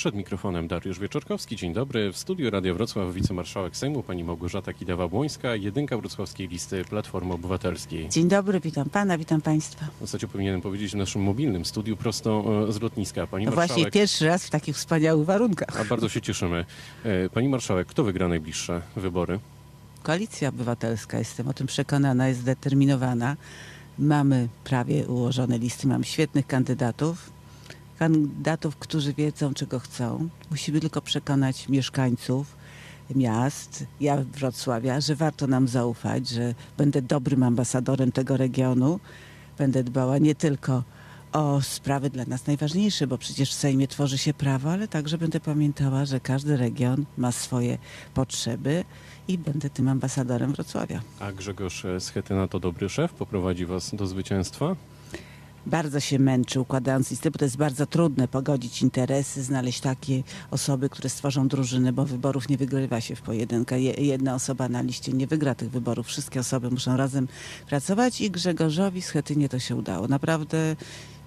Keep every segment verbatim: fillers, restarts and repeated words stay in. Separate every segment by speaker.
Speaker 1: Przed mikrofonem Dariusz Wieczorkowski. Dzień dobry. W studiu Radia Wrocław wicemarszałek Sejmu pani Małgorzata Kidawa-Błońska, jedynka wrocławskiej listy Platformy Obywatelskiej.
Speaker 2: Dzień dobry, witam pana, witam państwa.
Speaker 1: W zasadzie powinienem powiedzieć w naszym mobilnym studiu prosto z lotniska. Pani
Speaker 2: no
Speaker 1: marszałek...
Speaker 2: Właśnie pierwszy raz w takich wspaniałych warunkach.
Speaker 1: A bardzo się cieszymy. Pani marszałek, kto wygra najbliższe wybory?
Speaker 2: Koalicja Obywatelska, jestem o tym przekonana, jest zdeterminowana. Mamy prawie ułożone listy, mamy świetnych kandydatów. Kandydatów, którzy wiedzą, czego chcą. Musimy tylko przekonać mieszkańców miast, ja Wrocławia, że warto nam zaufać, że będę dobrym ambasadorem tego regionu. Będę dbała nie tylko o sprawy dla nas najważniejsze, bo przecież w Sejmie tworzy się prawo, ale także będę pamiętała, że każdy region ma swoje potrzeby i będę tym ambasadorem Wrocławia.
Speaker 1: A Grzegorz Schetyna to dobry szef? Poprowadzi was do zwycięstwa?
Speaker 2: Bardzo się męczy układając listę, bo to jest bardzo trudne pogodzić interesy, znaleźć takie osoby, które stworzą drużyny, bo wyborów nie wygrywa się w pojedynkę. Jedna osoba na liście nie wygra tych wyborów. Wszystkie osoby muszą razem pracować i Grzegorzowi Schetynie to się udało. Naprawdę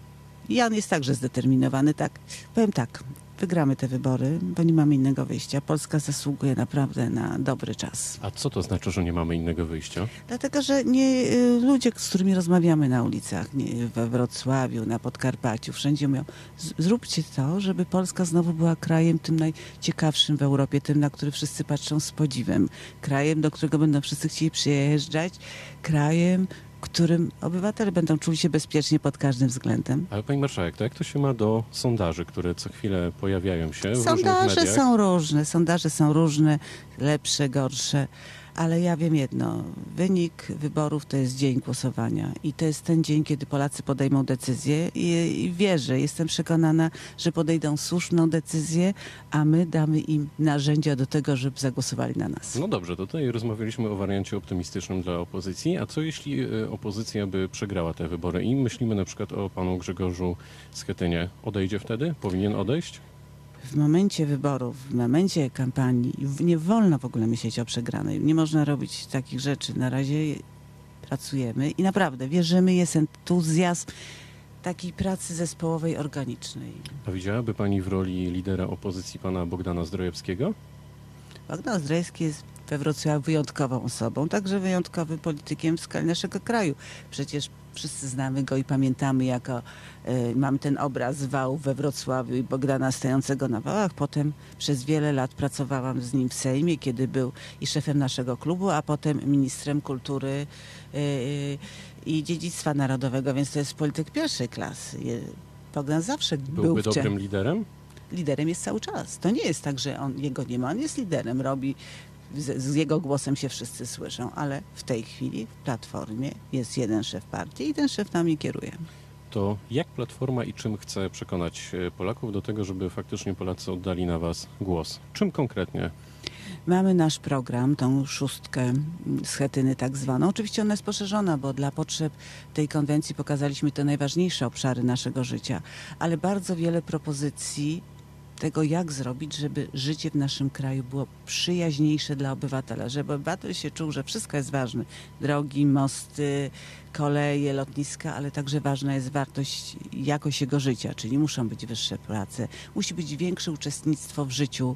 Speaker 2: Jan jest także zdeterminowany. Tak, powiem tak, wygramy te wybory, bo nie mamy innego wyjścia. Polska zasługuje naprawdę na dobry czas.
Speaker 1: A co to znaczy, że nie mamy innego wyjścia?
Speaker 2: Dlatego, że nie, ludzie, z którymi rozmawiamy na ulicach, nie, we Wrocławiu, na Podkarpaciu, wszędzie mówią, zróbcie to, żeby Polska znowu była krajem tym najciekawszym w Europie, tym, na który wszyscy patrzą z podziwem. Krajem, do którego będą wszyscy chcieli przyjeżdżać. Krajem, w którym obywatele będą czuli się bezpiecznie pod każdym względem.
Speaker 1: Ale pani marszałek, to jak to się ma do sondaży, które co chwilę pojawiają się w
Speaker 2: Sondaże
Speaker 1: różnych mediach?
Speaker 2: są różne, sondaże są różne, lepsze, gorsze, ale ja wiem jedno, wynik wyborów to jest dzień głosowania i to jest ten dzień, kiedy Polacy podejmą decyzję i, i wierzę, jestem przekonana, że podejdą słuszną decyzję, a my damy im narzędzia do tego, żeby zagłosowali na nas.
Speaker 1: No dobrze, to tutaj rozmawialiśmy o wariancie optymistycznym dla opozycji, a co jeśli opozycja by przegrała te wybory i myślimy na przykład o panu Grzegorzu Schetynie, odejdzie wtedy? Powinien odejść?
Speaker 2: W momencie wyborów, w momencie kampanii nie wolno w ogóle myśleć o przegranej. Nie można robić takich rzeczy. Na razie pracujemy i naprawdę wierzymy, jest entuzjazm takiej pracy zespołowej, organicznej.
Speaker 1: A widziałaby pani w roli lidera opozycji pana Bogdana Zdrojewskiego?
Speaker 2: Bogdan Zdrojewski jest we Wrocławiu wyjątkową osobą, także wyjątkowym politykiem w skali naszego kraju. Przecież wszyscy znamy go i pamiętamy, jako y, mamy ten obraz wału we Wrocławiu i Bogdana stojącego na wałach. Potem przez wiele lat pracowałam z nim w Sejmie, kiedy był i szefem naszego klubu, a potem ministrem kultury y, i dziedzictwa narodowego, więc to jest polityk pierwszej klasy. Bogdan zawsze
Speaker 1: Byłby
Speaker 2: był
Speaker 1: dobrym liderem?
Speaker 2: Liderem jest cały czas. To nie jest tak, że on, jego nie ma. On jest liderem, robi, z, z jego głosem się wszyscy słyszą, ale w tej chwili w Platformie jest jeden szef partii i ten szef nami kieruje.
Speaker 1: To jak Platforma i czym chce przekonać Polaków do tego, żeby faktycznie Polacy oddali na was głos? Czym konkretnie?
Speaker 2: Mamy nasz program, tą szóstkę Schetyny tak zwaną. Oczywiście ona jest poszerzona, bo dla potrzeb tej konwencji pokazaliśmy te najważniejsze obszary naszego życia, ale bardzo wiele propozycji tego, jak zrobić, żeby życie w naszym kraju było przyjaźniejsze dla obywatela, żeby obywatel się czuł, że wszystko jest ważne. Drogi, mosty, koleje, lotniska, ale także ważna jest wartość, jakość jego życia, czyli muszą być wyższe płace, musi być większe uczestnictwo w życiu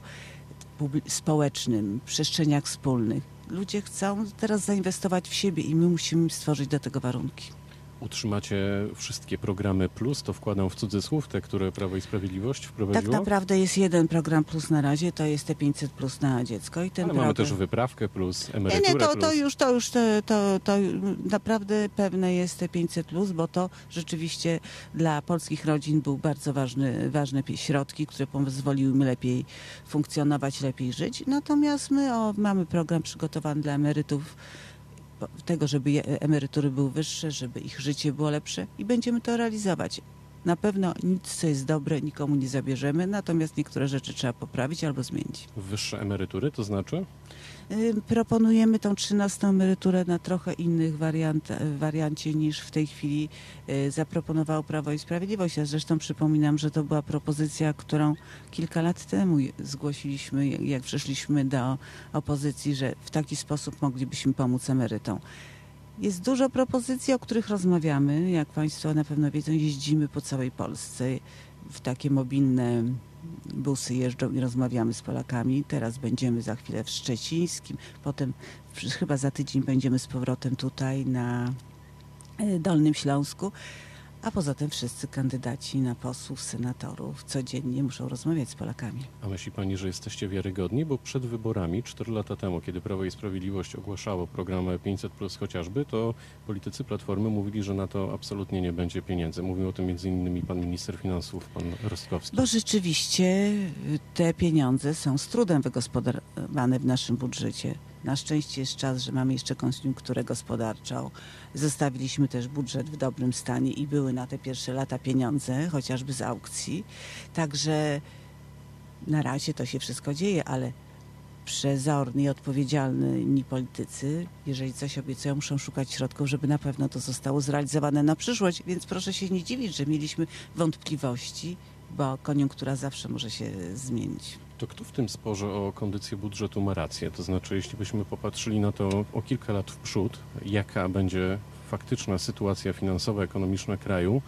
Speaker 2: społecznym, przestrzeniach wspólnych. Ludzie chcą teraz zainwestować w siebie i my musimy stworzyć do tego warunki.
Speaker 1: Utrzymacie wszystkie programy plus, to wkładam w cudzysłów, te, które Prawo i Sprawiedliwość wprowadziło?
Speaker 2: Tak naprawdę jest jeden program plus na razie, to jest te pięćset plus na dziecko. I ten
Speaker 1: Ale
Speaker 2: program...
Speaker 1: mamy też wyprawkę plus, emeryturę
Speaker 2: Nie, nie, to,
Speaker 1: plus.
Speaker 2: to już, to już to, to, to naprawdę pewne jest te pięćset plus, bo to rzeczywiście dla polskich rodzin był bardzo ważny, ważne środki, które pozwoliły im lepiej funkcjonować, lepiej żyć. Natomiast my o, mamy program przygotowany dla emerytów, tego, żeby emerytury były wyższe, żeby ich życie było lepsze i będziemy to realizować. Na pewno nic, co jest dobre, nikomu nie zabierzemy, natomiast niektóre rzeczy trzeba poprawić albo zmienić.
Speaker 1: Wyższe emerytury, to znaczy?
Speaker 2: Proponujemy tą trzynastą emeryturę na trochę innych wariant, wariancie niż w tej chwili zaproponowało Prawo i Sprawiedliwość. Ja zresztą przypominam, że to była propozycja, którą kilka lat temu zgłosiliśmy, jak przyszliśmy do opozycji, że w taki sposób moglibyśmy pomóc emerytom. Jest dużo propozycji, o których rozmawiamy. Jak Państwo na pewno wiedzą, jeździmy po całej Polsce w takie mobilne busy jeżdżą i rozmawiamy z Polakami. Teraz będziemy za chwilę w Szczecińskim, potem w- chyba za tydzień będziemy z powrotem tutaj na y, Dolnym Śląsku. A poza tym wszyscy kandydaci na posłów, senatorów codziennie muszą rozmawiać z Polakami.
Speaker 1: A myśli pani, że jesteście wiarygodni? Bo przed wyborami, cztery lata temu, kiedy Prawo i Sprawiedliwość ogłaszało program pięćset plus chociażby, to politycy Platformy mówili, że na to absolutnie nie będzie pieniędzy. Mówił o tym między innymi pan minister finansów, pan Rostkowski.
Speaker 2: Bo rzeczywiście y, te pieniądze są z trudem wygospodarowane w naszym budżecie. Na szczęście jest czas, że mamy jeszcze koniunkturę gospodarczą. Zostawiliśmy też budżet w dobrym stanie i były na te pierwsze lata pieniądze, chociażby z aukcji. Także na razie to się wszystko dzieje, ale przezorni i odpowiedzialni politycy, jeżeli coś obiecują, muszą szukać środków, żeby na pewno to zostało zrealizowane na przyszłość. Więc proszę się nie dziwić, że mieliśmy wątpliwości, bo koniunktura zawsze może się zmienić.
Speaker 1: To kto w tym sporze o kondycję budżetu ma rację? To znaczy, jeśli byśmy popatrzyli na to o kilka lat w przód, jaka będzie faktyczna sytuacja finansowa, ekonomiczna kraju,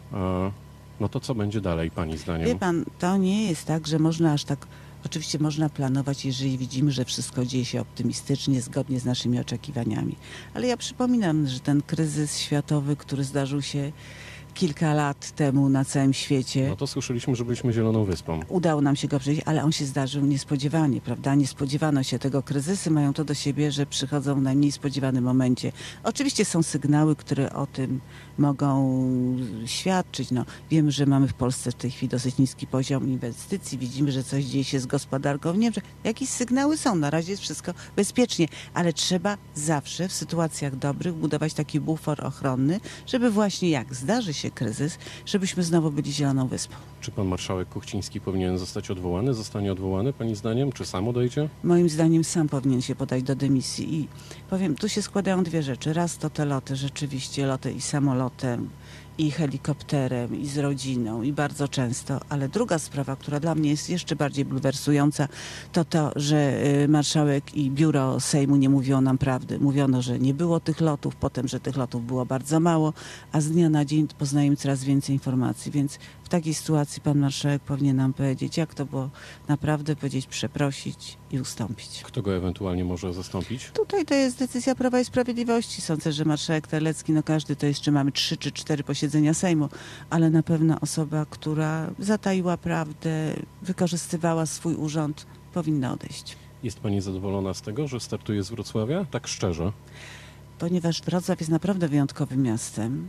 Speaker 1: e, no to co będzie dalej, pani zdaniem?
Speaker 2: Wie pan, to nie jest tak, że można aż tak... Oczywiście można planować, jeżeli widzimy, że wszystko dzieje się optymistycznie, zgodnie z naszymi oczekiwaniami. Ale ja przypominam, że ten kryzys światowy, który zdarzył się kilka lat temu na całym świecie,
Speaker 1: No to słyszeliśmy, że byliśmy zieloną wyspą.
Speaker 2: udało nam się go przejść, ale on się zdarzył niespodziewanie, prawda? Nie spodziewano się tego. Kryzysy mają to do siebie, że przychodzą w najmniej spodziewanym momencie. Oczywiście są sygnały, które o tym mogą świadczyć. No, wiemy, że mamy w Polsce w tej chwili dosyć niski poziom inwestycji. Widzimy, że coś dzieje się z gospodarką w Niemczech. Jakieś sygnały są. Na razie jest wszystko bezpiecznie, ale trzeba zawsze w sytuacjach dobrych budować taki bufor ochronny, żeby właśnie jak zdarzy się kryzys, żebyśmy znowu byli zieloną wyspą.
Speaker 1: Czy pan marszałek Kuchciński powinien zostać odwołany? Zostanie odwołany, pani zdaniem? Czy sam odejdzie?
Speaker 2: Moim zdaniem sam powinien się podać do dymisji i powiem, tu się składają dwie rzeczy. Raz to te loty, rzeczywiście loty i samolotem, i helikopterem, i z rodziną, i bardzo często, ale druga sprawa, która dla mnie jest jeszcze bardziej bulwersująca, to to, że y, marszałek i biuro Sejmu nie mówiło nam prawdy. Mówiono, że nie było tych lotów, potem, że tych lotów było bardzo mało, a z dnia na dzień poznajemy coraz więcej informacji, więc w takiej sytuacji pan marszałek powinien nam powiedzieć, jak to było naprawdę, powiedzieć, przeprosić i ustąpić.
Speaker 1: Kto go ewentualnie może zastąpić?
Speaker 2: Tutaj to jest decyzja Prawa i Sprawiedliwości. Sądzę, że marszałek Terlecki, no każdy to jeszcze mamy trzy czy cztery posiedzenia Sejmu, ale na pewno osoba, która zataiła prawdę, wykorzystywała swój urząd, powinna odejść.
Speaker 1: Jest pani zadowolona z tego, że startuje z Wrocławia? Tak szczerze.
Speaker 2: Ponieważ Wrocław jest naprawdę wyjątkowym miastem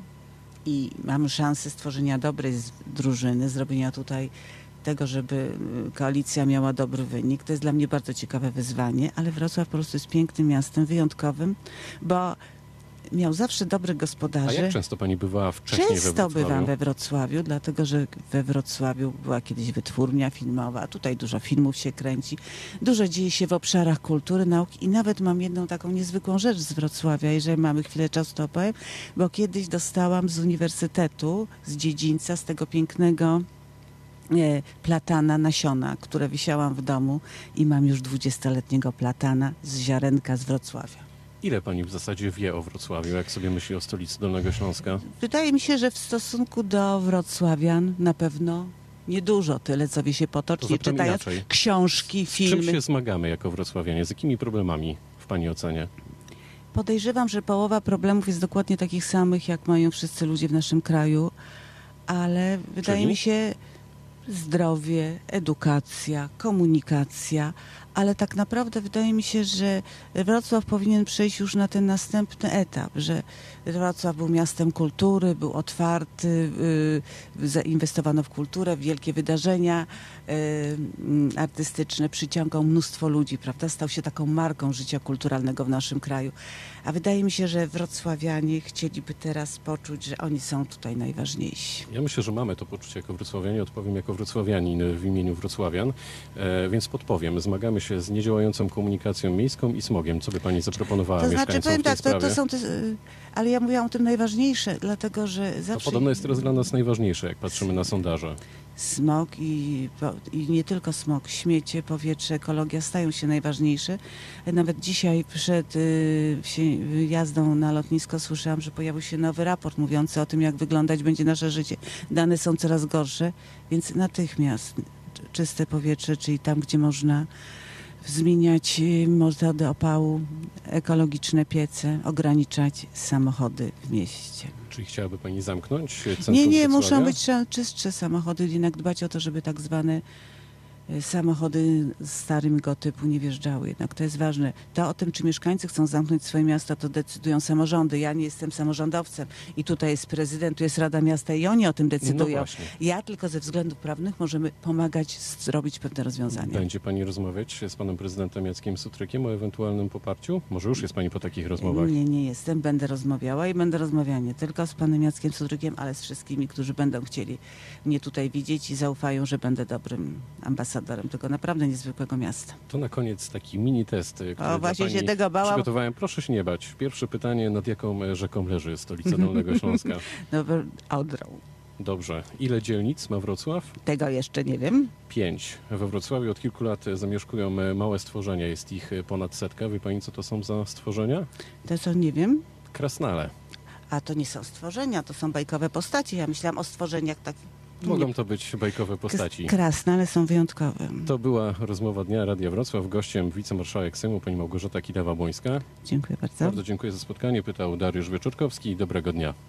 Speaker 2: i mamy szansę stworzenia dobrej z- drużyny, zrobienia tutaj tego, żeby y, koalicja miała dobry wynik. To jest dla mnie bardzo ciekawe wyzwanie, ale Wrocław po prostu jest pięknym miastem, wyjątkowym, bo miał zawsze dobrych
Speaker 1: A
Speaker 2: gospodarzy.
Speaker 1: jak często pani bywała wcześniej we
Speaker 2: Często
Speaker 1: Wrocławiu?
Speaker 2: bywam we Wrocławiu, dlatego że we Wrocławiu była kiedyś wytwórnia filmowa, tutaj dużo filmów się kręci, dużo dzieje się w obszarach kultury, nauki i nawet mam jedną taką niezwykłą rzecz z Wrocławia, jeżeli mamy chwilę czasu, to opowiem, bo kiedyś dostałam z uniwersytetu, z dziedzińca, z tego pięknego e, platana, nasiona, które wisiałam w domu i mam już dwudziestoletniego platana z ziarenka z Wrocławia.
Speaker 1: Ile pani w zasadzie wie o Wrocławiu, jak sobie myśli o stolicy Dolnego Śląska?
Speaker 2: Wydaje mi się, że w stosunku do wrocławian na pewno niedużo, tyle co wie się
Speaker 1: To
Speaker 2: potocznie,
Speaker 1: zapytam
Speaker 2: czytając
Speaker 1: inaczej.
Speaker 2: książki,
Speaker 1: Z czym
Speaker 2: filmy.
Speaker 1: się zmagamy jako wrocławianie? Z jakimi problemami w pani ocenie?
Speaker 2: Podejrzewam, że połowa problemów jest dokładnie takich samych, jak mają wszyscy ludzie w naszym kraju, ale wydaje
Speaker 1: Czyli?
Speaker 2: mi się zdrowie, edukacja, komunikacja, ale tak naprawdę wydaje mi się, że Wrocław powinien przejść już na ten następny etap, że Wrocław był miastem kultury, był otwarty, yy, zainwestowano w kulturę, w wielkie wydarzenia yy, yy, artystyczne, przyciągał mnóstwo ludzi, prawda? Stał się taką marką życia kulturalnego w naszym kraju. A wydaje mi się, że wrocławianie chcieliby teraz poczuć, że oni są tutaj najważniejsi.
Speaker 1: Ja myślę, że mamy to poczucie jako wrocławianie. Odpowiem jako wrocławianin w imieniu wrocławian, e, więc podpowiem. Zmagamy się z niedziałającą komunikacją miejską i smogiem. Co by pani zaproponowała
Speaker 2: To znaczy,
Speaker 1: mieszkańcom
Speaker 2: powiem
Speaker 1: w tej
Speaker 2: tak, to,
Speaker 1: sprawie?
Speaker 2: to są te, y, ale ja mówiłam o tym najważniejsze, dlatego że
Speaker 1: To
Speaker 2: zawsze
Speaker 1: podobno jest teraz dla nas najważniejsze, jak patrzymy na sondaże.
Speaker 2: smog i, po- i nie tylko smog, śmiecie, powietrze, ekologia stają się najważniejsze. Nawet dzisiaj przed y, się, jazdą na lotnisko słyszałam, że pojawił się nowy raport mówiący o tym, jak wyglądać będzie nasze życie. Dane są coraz gorsze, więc natychmiast czyste powietrze, czyli tam, gdzie można zmieniać y, metody opału, ekologiczne piece, ograniczać samochody w mieście.
Speaker 1: Czyli chciałaby pani zamknąć centrum
Speaker 2: Nie, nie,
Speaker 1: Wrocławia?
Speaker 2: muszą być trza- czystsze samochody, jednak dbać o to, żeby tak zwane y, samochody starego typu nie wjeżdżały. Jednak to jest ważne. To o tym, czy mieszkańcy chcą zamknąć swoje miasta, to decydują samorządy. Ja nie jestem samorządowcem i tutaj jest prezydent, tu jest Rada Miasta i oni o tym
Speaker 1: No
Speaker 2: decydują.
Speaker 1: właśnie.
Speaker 2: Ja tylko ze względów prawnych możemy pomagać zrobić pewne rozwiązania.
Speaker 1: Będzie pani rozmawiać z panem prezydentem Jackiem Sutrykiem o ewentualnym poparciu? Może już jest pani po takich rozmowach?
Speaker 2: Nie, nie jestem. Będę rozmawiała i będę rozmawiała nie tylko z panem Jackiem Sudrykiem, ale z wszystkimi, którzy będą chcieli mnie tutaj widzieć i zaufają, że będę dobrym ambasadorem tego naprawdę niezwykłego miasta.
Speaker 1: To na koniec taki mini test, który dla
Speaker 2: właśnie
Speaker 1: pani
Speaker 2: się tego bałam.
Speaker 1: przygotowałem. Proszę się nie bać. Pierwsze pytanie, nad jaką e, rzeką leży stolica Dolnego Śląska?
Speaker 2: No, bo- Odrą.
Speaker 1: Dobrze. Ile dzielnic ma Wrocław?
Speaker 2: Tego jeszcze nie wiem.
Speaker 1: Pięć. We Wrocławiu od kilku lat e, zamieszkują e, małe stworzenia. Jest ich e, ponad setka. Wie pani, co to są za stworzenia?
Speaker 2: To co nie wiem.
Speaker 1: Krasnale.
Speaker 2: A to nie są stworzenia, to są bajkowe postacie. Ja myślałam o stworzeniach takich.
Speaker 1: Mogą to być bajkowe postaci.
Speaker 2: Krasne, ale są wyjątkowe.
Speaker 1: To była rozmowa Dnia Radia Wrocław. Gościem wicemarszałek Sejmu pani Małgorzata Kidawa-Błońska.
Speaker 2: Dziękuję bardzo.
Speaker 1: Bardzo dziękuję za spotkanie. Pytał Dariusz Wieczorkowski. Dobrego dnia.